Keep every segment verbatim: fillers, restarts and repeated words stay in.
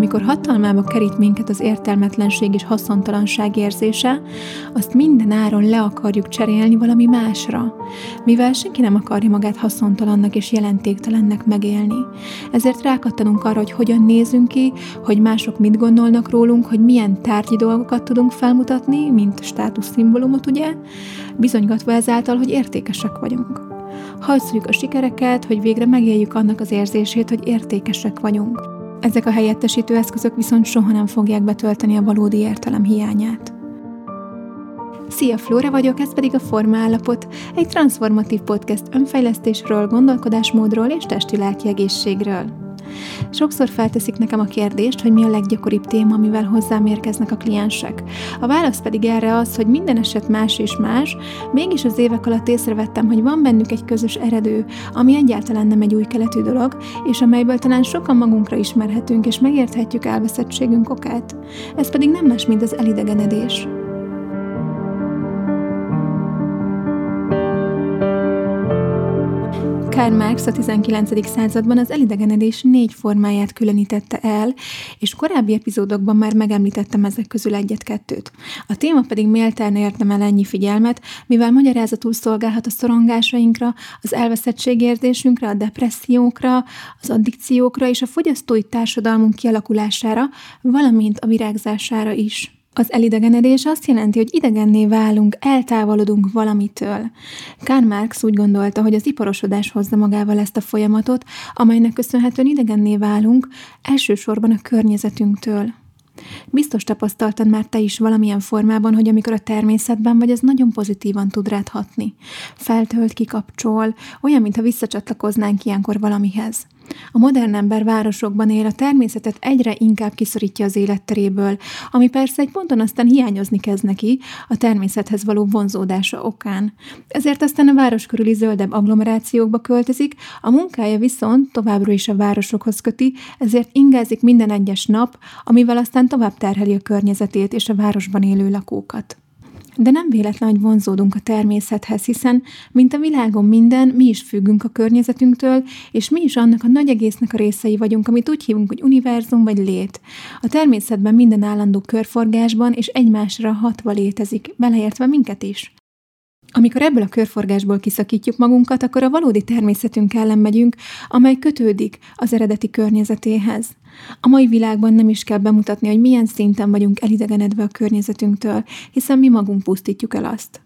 amikor hatalmába kerít minket az értelmetlenség és haszontalanság érzése, azt minden áron le akarjuk cserélni valami másra, mivel senki nem akarja magát haszontalannak és jelentéktelennek megélni. Ezért rákattanunk arra, hogy hogyan nézünk ki, hogy mások mit gondolnak rólunk, hogy milyen tárgyi dolgokat tudunk felmutatni, mint státuszszimbólumot, ugye, bizonygatva ezáltal, hogy értékesek vagyunk. Hajszoljuk a sikereket, hogy végre megéljük annak az érzését, hogy értékesek vagyunk. Ezek a helyettesítő eszközök viszont soha nem fogják betölteni a valódi értelem hiányát. Szia, Flóra vagyok, ez pedig a Formaállapot, egy transformatív podcast önfejlesztésről, gondolkodásmódról és testi lelki egészségről. Sokszor felteszik nekem a kérdést, hogy mi a leggyakoribb téma, amivel hozzám érkeznek a kliensek. A válasz pedig erre az, hogy minden eset más és más, mégis az évek alatt észrevettem, hogy van bennük egy közös eredő, ami egyáltalán nem egy új keletű dolog, és amelyből talán sokan magunkra ismerhetünk, és megérthetjük elveszettségünk okát. Ez pedig nem más, mint az elidegenedés. Karl Marx a tizenkilencedik században az elidegenedés négy formáját különítette el, és korábbi epizódokban már megemlítettem ezek közül egyet-kettőt. A téma pedig méltán érdemel ennyi figyelmet, mivel magyarázatul szolgálhat a szorongásainkra, az elveszettségérzésünkre, a depressziókra, az addikciókra és a fogyasztói társadalmunk kialakulására, valamint a virágzására is. Az elidegenedés azt jelenti, hogy idegenné válunk, eltávolodunk valamitől. Karl Marx úgy gondolta, hogy az iparosodás hozza magával ezt a folyamatot, amelynek köszönhetően idegenné válunk, elsősorban a környezetünktől. Biztos tapasztaltad már te is valamilyen formában, hogy amikor a természetben vagy, az nagyon pozitívan tud rád hatni. Feltölt, kikapcsol, olyan, mintha visszacsatlakoznánk ilyenkor valamihez. A modern ember városokban él, a természetet egyre inkább kiszorítja az életteréből, ami persze egy ponton aztán hiányozni kezd neki a természethez való vonzódása okán. Ezért aztán a város körüli zöldebb agglomerációkba költözik, a munkája viszont továbbra is a városokhoz köti, ezért ingázik minden egyes nap, amivel aztán tovább terheli a környezetét és a városban élő lakókat. De nem véletlen, hogy vonzódunk a természethez, hiszen, mint a világon minden, mi is függünk a környezetünktől, és mi is annak a nagy egésznek a részei vagyunk, amit úgy hívunk, hogy univerzum vagy lét. A természetben minden állandó körforgásban és egymásra hatva létezik, beleértve minket is. Amikor ebből a körforgásból kiszakítjuk magunkat, akkor a valódi természetünk ellen megyünk, amely kötődik az eredeti környezetéhez. A mai világban nem is kell bemutatni, hogy milyen szinten vagyunk elidegenedve a környezetünktől, hiszen mi magunk pusztítjuk el azt.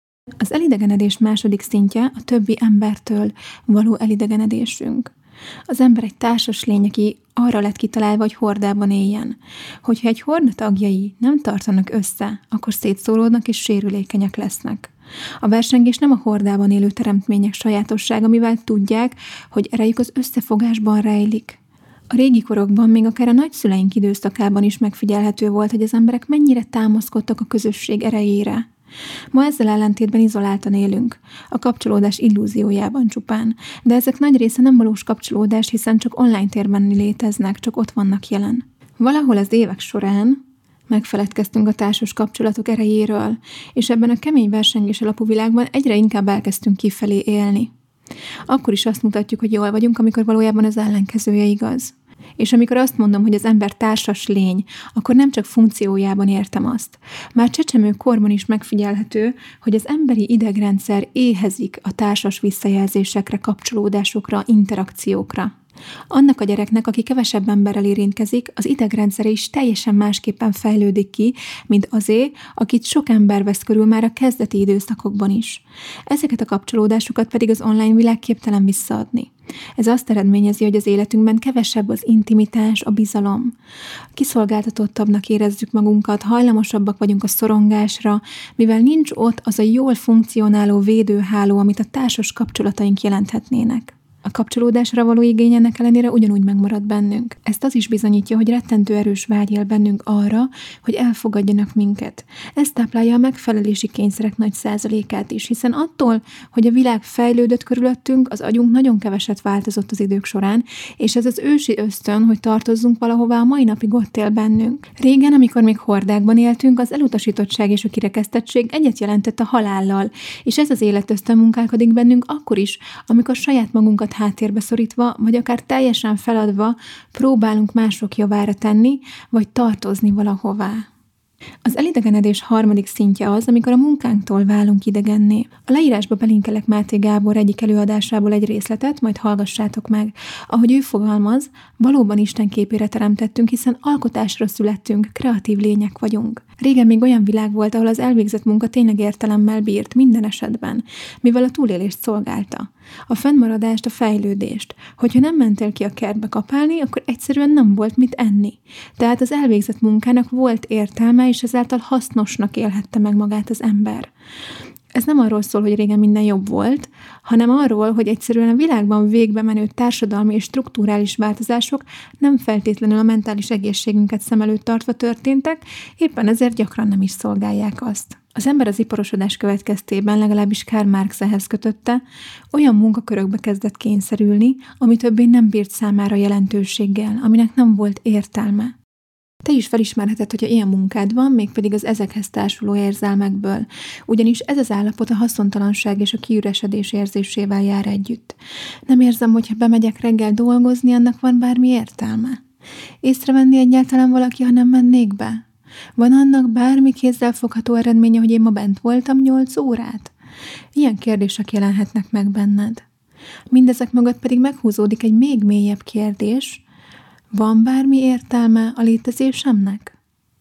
Az elidegenedés második szintje a többi embertől való elidegenedésünk. Az ember egy társas lény, aki arra lett kitalálva, hogy hordában éljen. Hogyha egy horda tagjai nem tartanak össze, akkor szétszóródnak és sérülékenyek lesznek. A versengés nem a hordában élő teremtmények sajátossága, mivel tudják, hogy erejük az összefogásban rejlik. A régi korokban, még akár a nagyszüleink időszakában is megfigyelhető volt, hogy az emberek mennyire támaszkodtak a közösség erejére. Ma ezzel ellentétben izoláltan élünk, a kapcsolódás illúziójában csupán, de ezek nagy része nem valós kapcsolódás, hiszen csak online térben léteznek, csak ott vannak jelen. Valahol az évek során megfeledkeztünk a társas kapcsolatok erejéről, és ebben a kemény versengés alapú világban egyre inkább elkezdtünk kifelé élni. Akkor is azt mutatjuk, hogy jól vagyunk, amikor valójában az ellenkezője igaz. És amikor azt mondom, hogy az ember társas lény, akkor nem csak funkciójában értem azt. Már csecsemő korban is megfigyelhető, hogy az emberi idegrendszer éhezik a társas visszajelzésekre, kapcsolódásokra, interakciókra. Annak a gyereknek, aki kevesebb emberrel érintkezik, az idegrendszere is teljesen másképpen fejlődik ki, mint azé, akit sok ember vesz körül már a kezdeti időszakokban is. Ezeket a kapcsolódásokat pedig az online világ képtelen visszaadni. Ez azt eredményezi, hogy az életünkben kevesebb az intimitás, a bizalom. Kiszolgáltatottabbnak érezzük magunkat, hajlamosabbak vagyunk a szorongásra, mivel nincs ott az a jól funkcionáló védőháló, amit a társas kapcsolataink jelenthetnének. A kapcsolódásra való igény ennek ellenére ugyanúgy megmarad bennünk. Ezt az is bizonyítja, hogy rettentő erős vágy él bennünk arra, hogy elfogadjanak minket. Ez táplálja a megfelelési kényszerek nagy százalékát is, hiszen attól, hogy a világ fejlődött körülöttünk, az agyunk nagyon keveset változott az idők során, és ez az ősi ösztön, hogy tartozzunk valahová, a mai napig ott él bennünk. Régen, amikor még hordákban éltünk, az elutasítottság és a kirekesztettség egyet jelentett a halállal, és ez az életösztön munkálkodik bennünk akkor is, amikor saját magunkat háttérbe szorítva, vagy akár teljesen feladva próbálunk mások javára tenni, vagy tartozni valahová. Az elidegenedés harmadik szintje az, amikor a munkánktól válunk idegenné. A leírásba belinkelek Máté Gábor egyik előadásából egy részletet, majd hallgassátok meg. Ahogy ő fogalmaz, valóban Isten képére teremtettünk, hiszen alkotásra születtünk, kreatív lények vagyunk. Régen még olyan világ volt, ahol az elvégzett munka tényleg értelemmel bírt minden esetben, mivel a túlélést szolgálta. A fennmaradást, a fejlődést. Hogyha nem mentél ki a kertbe kapálni, akkor egyszerűen nem volt mit enni. Tehát az elvégzett munkának volt értelme, és ezáltal hasznosnak élhette meg magát az ember. Ez nem arról szól, hogy régen minden jobb volt, hanem arról, hogy egyszerűen a világban végbe menő társadalmi és strukturális változások nem feltétlenül a mentális egészségünket szem előtt tartva történtek, éppen ezért gyakran nem is szolgálják azt. Az ember az iparosodás következtében, legalábbis Karl Marx ehhez kötötte, olyan munkakörökbe kezdett kényszerülni, ami többé nem bírt számára jelentőséggel, aminek nem volt értelme. Te is felismerheted, hogyha ilyen munkád van, mégpedig az ezekhez társuló érzelmekből, ugyanis ez az állapot a haszontalanság és a kiüresedés érzésével jár együtt. Nem érzem, hogyha bemegyek reggel dolgozni, annak van bármi értelme. Észrevenni egyáltalán valaki, ha nem mennék be? Van annak bármi kézzelfogható eredménye, hogy én ma bent voltam nyolc órát? Ilyen kérdések jelenhetnek meg benned. Mindezek mögött pedig meghúzódik egy még mélyebb kérdés: van bármi értelme a létezésemnek?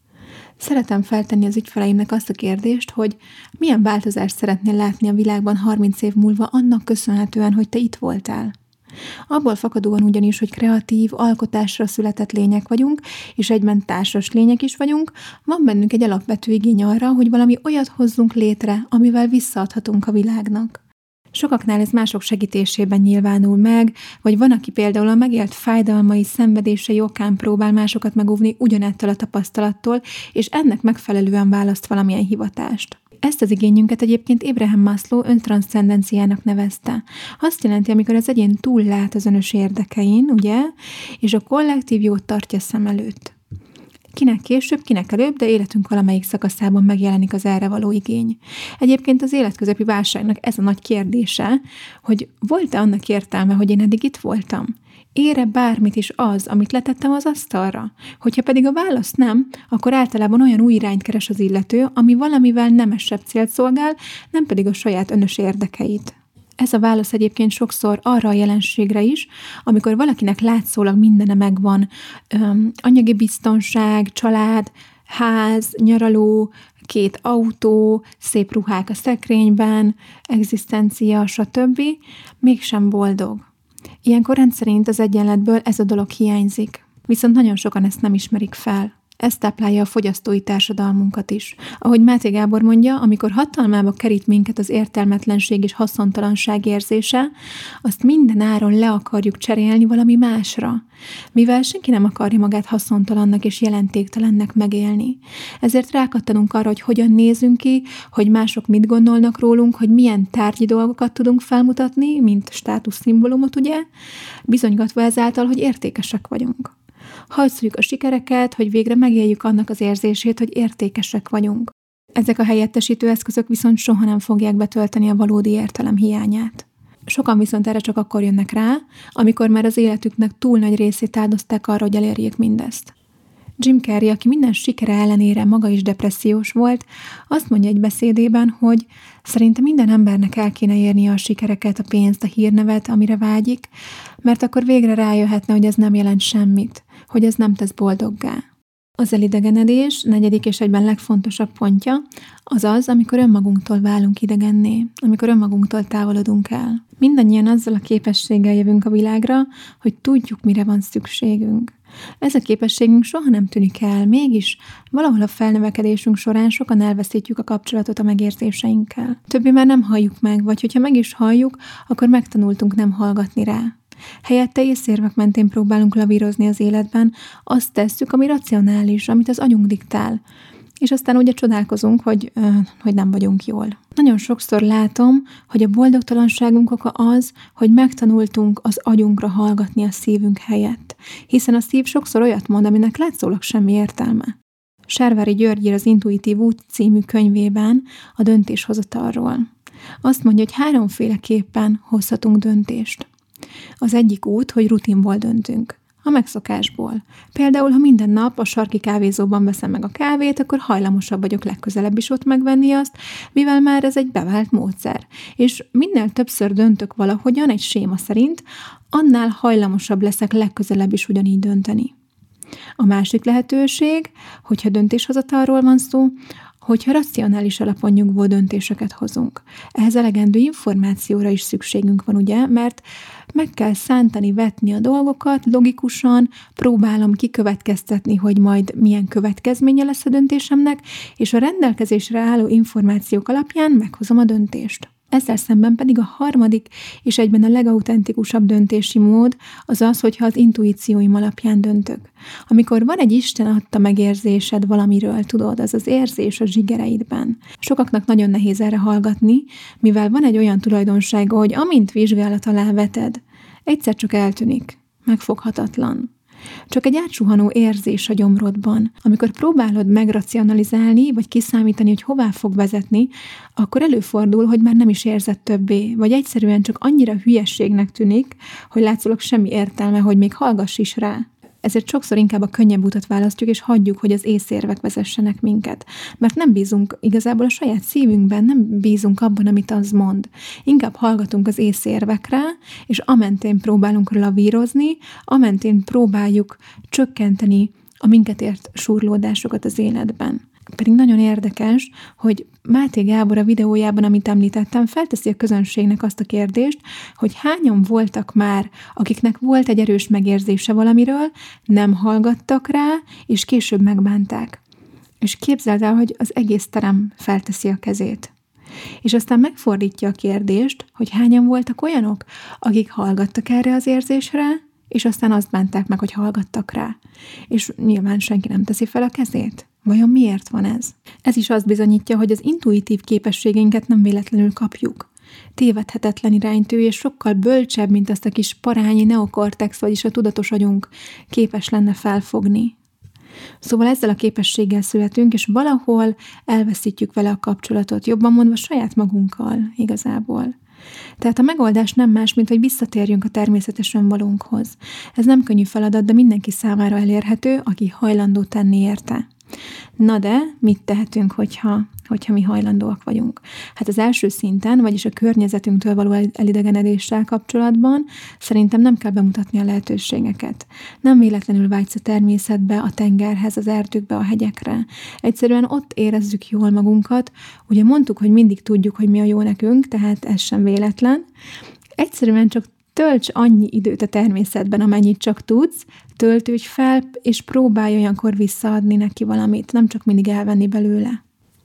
Szeretem feltenni az ügyfeleimnek azt a kérdést, hogy milyen változást szeretnél látni a világban harminc év múlva annak köszönhetően, hogy te itt voltál. Abból fakadóan ugyanis, hogy kreatív, alkotásra született lények vagyunk, és egyben társas lények is vagyunk, van bennünk egy alapvető igény arra, hogy valami olyat hozzunk létre, amivel visszaadhatunk a világnak. Sokaknál ez mások segítésében nyilvánul meg, vagy van, aki például a megélt fájdalmai, szenvedései okán próbál másokat megóvni ugyanettől a tapasztalattól, és ennek megfelelően választ valamilyen hivatást. Ezt az igényünket egyébként Abraham Maslow öntranszcendenciának nevezte. Azt jelenti, amikor az egyén túllát az önös érdekein, ugye, és a kollektív jót tartja szem előtt. Kinek később, kinek előbb, de életünk valamelyik szakaszában megjelenik az erre való igény. Egyébként az életközepi válságnak ez a nagy kérdése, hogy volt-e annak értelme, hogy én eddig itt voltam? Ér-e bármit is az, amit letettem az asztalra? Hogyha pedig a válasz nem, akkor általában olyan új irányt keres az illető, ami valamivel nemesebb célt szolgál, nem pedig a saját önös érdekeit. Ez a válasz egyébként sokszor arra a jelenségre is, amikor valakinek látszólag mindene megvan, öm, anyagi biztonság, család, ház, nyaraló, két autó, szép ruhák a szekrényben, egzisztencia, stb. Mégsem boldog. Ilyenkor rendszerint az egyenletből ez a dolog hiányzik. Viszont nagyon sokan ezt nem ismerik fel. Ez táplálja a fogyasztói társadalmunkat is. Ahogy Máté Gábor mondja, amikor hatalmába kerít minket az értelmetlenség és haszontalanság érzése, azt minden áron le akarjuk cserélni valami másra, mivel senki nem akarja magát haszontalannak és jelentéktelennek megélni. Ezért rákattanunk arra, hogy hogyan nézünk ki, hogy mások mit gondolnak rólunk, hogy milyen tárgyi dolgokat tudunk felmutatni, mint státuszszimbólumot, ugye, bizonygatva ezáltal, hogy értékesek vagyunk. Hajszoljuk a sikereket, hogy végre megéljük annak az érzését, hogy értékesek vagyunk. Ezek a helyettesítő eszközök viszont soha nem fogják betölteni a valódi értelem hiányát. Sokan viszont erre csak akkor jönnek rá, amikor már az életüknek túl nagy részét áldozták arra, hogy elérjék mindezt. Jim Carrey, aki minden sikere ellenére maga is depressziós volt, azt mondja egy beszédében, hogy szerinte minden embernek el kéne érnie a sikereket, a pénzt, a hírnevet, amire vágyik, mert akkor végre rájöhetne, hogy ez nem jelent semmit, hogy ez nem tesz boldoggá. Az elidegenedés negyedik és egyben legfontosabb pontja az az, amikor önmagunktól válunk idegenné, amikor önmagunktól távolodunk el. Mindannyian azzal a képességgel jövünk a világra, hogy tudjuk, mire van szükségünk. Ez a képességünk soha nem tűnik el, mégis valahol a felnövekedésünk során sokan elveszítjük a kapcsolatot a megérzéseinkkel. Többé már nem halljuk meg, vagy hogyha meg is halljuk, akkor megtanultunk nem hallgatni rá. Helyette észérvek mentén próbálunk lavírozni az életben, azt tesszük, ami racionális, amit az agyunk diktál, és aztán ugye csodálkozunk, hogy, hogy nem vagyunk jól. Nagyon sokszor látom, hogy a boldogtalanságunk oka az, hogy megtanultunk az agyunkra hallgatni a szívünk helyett, hiszen a szív sokszor olyat mond, aminek látszólag semmi értelme. Sárvári György ír az Intuitív út című könyvében a döntéshozatalról. Azt mondja, hogy háromféleképpen hozhatunk döntést. Az egyik út, hogy rutinból döntünk. A megszokásból. Például, ha minden nap a sarki kávézóban veszem meg a kávét, akkor hajlamosabb vagyok legközelebb is ott megvenni azt, mivel már ez egy bevált módszer. És minél többször döntök valahogyan egy séma szerint, annál hajlamosabb leszek legközelebb is ugyanígy dönteni. A másik lehetőség, hogyha döntéshozatalról van szó, hogyha racionális alapon nyugvó döntéseket hozunk. Ehhez elegendő információra is szükségünk van, ugye, mert meg kell szántani, vetni a dolgokat, logikusan próbálom kikövetkeztetni, hogy majd milyen következménye lesz a döntésemnek, és a rendelkezésre álló információk alapján meghozom a döntést. Ezzel szemben pedig a harmadik és egyben a legautentikusabb döntési mód az az, hogyha az intuícióim alapján döntök. Amikor van egy Isten adta megérzésed valamiről, tudod, az az érzés a zsigereidben. Sokaknak nagyon nehéz erre hallgatni, mivel van egy olyan tulajdonsága, hogy amint vizsgálat alá veted, egyszer csak eltűnik, megfoghatatlan. Csak egy átsuhanó érzés a gyomrodban. Amikor próbálod megracionalizálni, vagy kiszámítani, hogy hová fog vezetni, akkor előfordul, hogy már nem is érzed többé, vagy egyszerűen csak annyira hülyességnek tűnik, hogy látszólag semmi értelme, hogy még hallgass is rá. Ezért sokszor inkább a könnyebb utat választjuk, és hagyjuk, hogy az észérvek vezessenek minket. Mert nem bízunk igazából a saját szívünkben, nem bízunk abban, amit az mond. Inkább hallgatunk az észérvekre, és amentén próbálunk lavírozni, amentén próbáljuk csökkenteni a minket ért súrlódásokat az életben. Pedig nagyon érdekes, hogy Máté Gábor a videójában, amit említettem, felteszi a közönségnek azt a kérdést, hogy hányan voltak már, akiknek volt egy erős megérzése valamiről, nem hallgattak rá, és később megbánták. És képzeld el, hogy az egész terem felteszi a kezét. És aztán megfordítja a kérdést, hogy hányan voltak olyanok, akik hallgattak erre az érzésre, és aztán azt bánták meg, hogy hallgattak rá. És nyilván senki nem teszi fel a kezét. Vajon miért van ez? Ez is azt bizonyítja, hogy az intuitív képességeinket nem véletlenül kapjuk. Tévedhetetlen iránytű, és sokkal bölcsebb, mint azt a kis parányi neokortex, vagyis a tudatos agyunk képes lenne felfogni. Szóval ezzel a képességgel születünk, és valahol elveszítjük vele a kapcsolatot, jobban mondva saját magunkkal igazából. Tehát a megoldás nem más, mint hogy visszatérjünk a természetes önvalónkhoz. Ez nem könnyű feladat, de mindenki számára elérhető, aki hajlandó tenni érte. Na de, mit tehetünk, hogyha, hogyha mi hajlandóak vagyunk? Hát az első szinten, vagyis a környezetünktől való elidegenedéssel kapcsolatban szerintem nem kell bemutatni a lehetőségeket. Nem véletlenül vágysz a természetbe, a tengerhez, az erdőkbe, a hegyekre. Egyszerűen ott érezzük jól magunkat. Ugye mondtuk, hogy mindig tudjuk, hogy mi a jó nekünk, tehát ez sem véletlen. Egyszerűen csak tölts annyi időt a természetben, amennyit csak tudsz, töltődj fel, és próbálj olyankor visszaadni neki valamit, nem csak mindig elvenni belőle.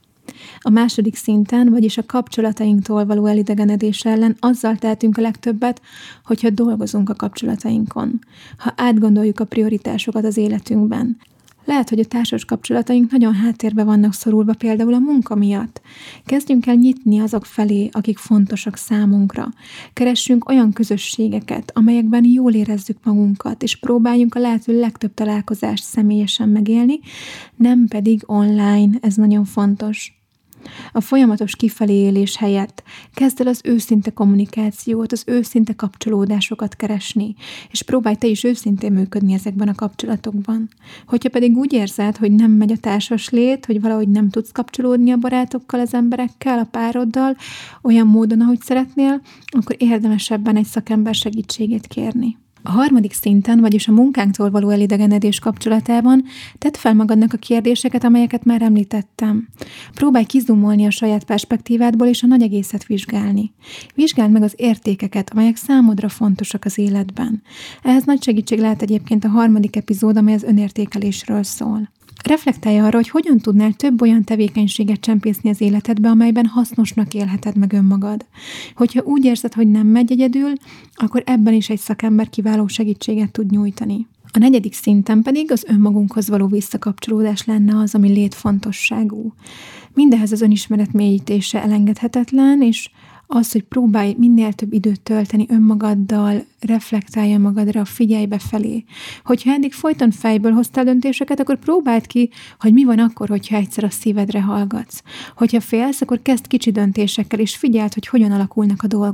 A második szinten, vagyis a kapcsolatainktól való elidegenedés ellen azzal tehetünk a legtöbbet, hogyha dolgozunk a kapcsolatainkon, ha átgondoljuk a prioritásokat az életünkben. Lehet, hogy a társas kapcsolataink nagyon háttérbe vannak szorulva, például a munka miatt. Kezdjünk el nyitni azok felé, akik fontosak számunkra. Keressünk olyan közösségeket, amelyekben jól érezzük magunkat, és próbáljunk a lehető legtöbb találkozást személyesen megélni, nem pedig online, ez nagyon fontos. A folyamatos kifelé élés helyett kezd el az őszinte kommunikációt, az őszinte kapcsolódásokat keresni, és próbálj te is őszintén működni ezekben a kapcsolatokban. Hogyha pedig úgy érzed, hogy nem megy a társas lét, hogy valahogy nem tudsz kapcsolódni a barátokkal, az emberekkel, a pároddal, olyan módon, ahogy szeretnél, akkor érdemes ebben egy szakember segítségét kérni. A harmadik szinten, vagyis a munkánktól való elidegenedés kapcsolatában tedd fel magadnak a kérdéseket, amelyeket már említettem. Próbálj kizumolni a saját perspektívádból és a nagy egészet vizsgálni. Vizsgáld meg az értékeket, amelyek számodra fontosak az életben. Ehhez nagy segítség lehet egyébként a harmadik epizód, amely az önértékelésről szól. Reflektálj arra, hogy hogyan tudnál több olyan tevékenységet csempészni az életedbe, amelyben hasznosnak élheted meg önmagad. Hogyha úgy érzed, hogy nem megy egyedül, akkor ebben is egy szakember kiváló segítséget tud nyújtani. A negyedik szinten pedig az önmagunkhoz való visszakapcsolódás lenne az, ami létfontosságú. Mindehez az önismeret mélyítése elengedhetetlen, és az, hogy próbálj minél több időt tölteni önmagaddal, reflektálj magadra, figyelj befelé. Hogyha eddig folyton fejből hoztál döntéseket, akkor próbáld ki, hogy mi van akkor, hogyha egyszer a szívedre hallgatsz. Hogyha félsz, akkor kezd kicsi döntésekkel, és figyeld, hogy hogyan alakulnak a dolgok.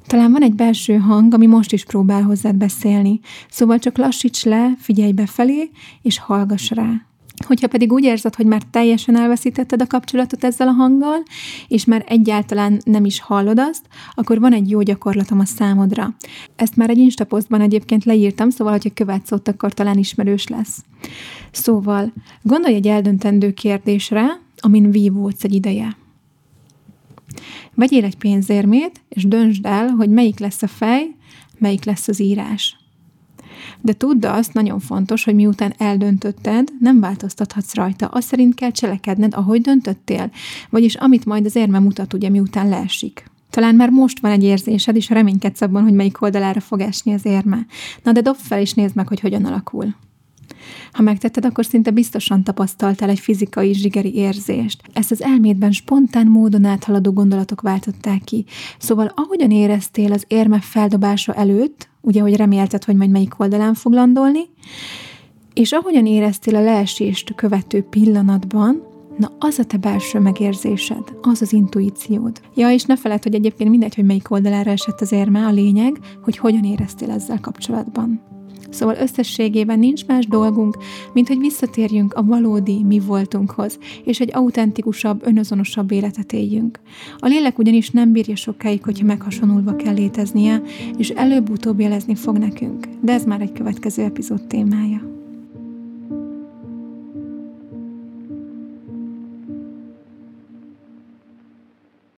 Talán van egy belső hang, ami most is próbál hozzád beszélni, szóval csak lassíts le, figyelj befelé, és hallgass rá. Hogyha pedig úgy érzed, hogy már teljesen elveszítetted a kapcsolatot ezzel a hanggal, és már egyáltalán nem is hallod azt, akkor van egy jó gyakorlatom a számodra. Ezt már egy Insta posztban egyébként leírtam, szóval, hogyha követsz ott, akkor talán ismerős lesz. Szóval, gondolj egy eldöntendő kérdésre, amin vívódsz egy ideje. Vegyél egy pénzérmét, és döntsd el, hogy melyik lesz a fej, melyik lesz az írás. De tudd azt, nagyon fontos, hogy miután eldöntötted, nem változtathatsz rajta. Azt szerint kell cselekedned, ahogy döntöttél. Vagyis amit majd az érme mutat, ugye, miután leesik. Talán már most van egy érzésed, és reménykedsz abban, hogy melyik oldalára fog esni az érme. Na de dobd fel, és nézd meg, hogy hogyan alakul. Ha megtetted, akkor szinte biztosan tapasztaltál egy fizikai zsigeri érzést. Ezt az elmédben spontán módon áthaladó gondolatok váltották ki. Szóval ahogyan éreztél az érme feldobása előtt, ugye, hogy remélted, hogy majd melyik oldalán fog landolni, és ahogyan éreztél a leesést követő pillanatban, na az a te belső megérzésed, az az intuíciód. Ja, és ne feledd, hogy egyébként mindegy, hogy melyik oldalára esett az érme, a lényeg, hogy hogyan éreztél ezzel kapcsolatban. Szóval összességében nincs más dolgunk, mint hogy visszatérjünk a valódi mi voltunkhoz, és egy autentikusabb, önazonosabb életet éljünk. A lélek ugyanis nem bírja sokáig, hogyha meghasonulva kell léteznie, és előbb-utóbb jelezni fog nekünk. De ez már egy következő epizód témája.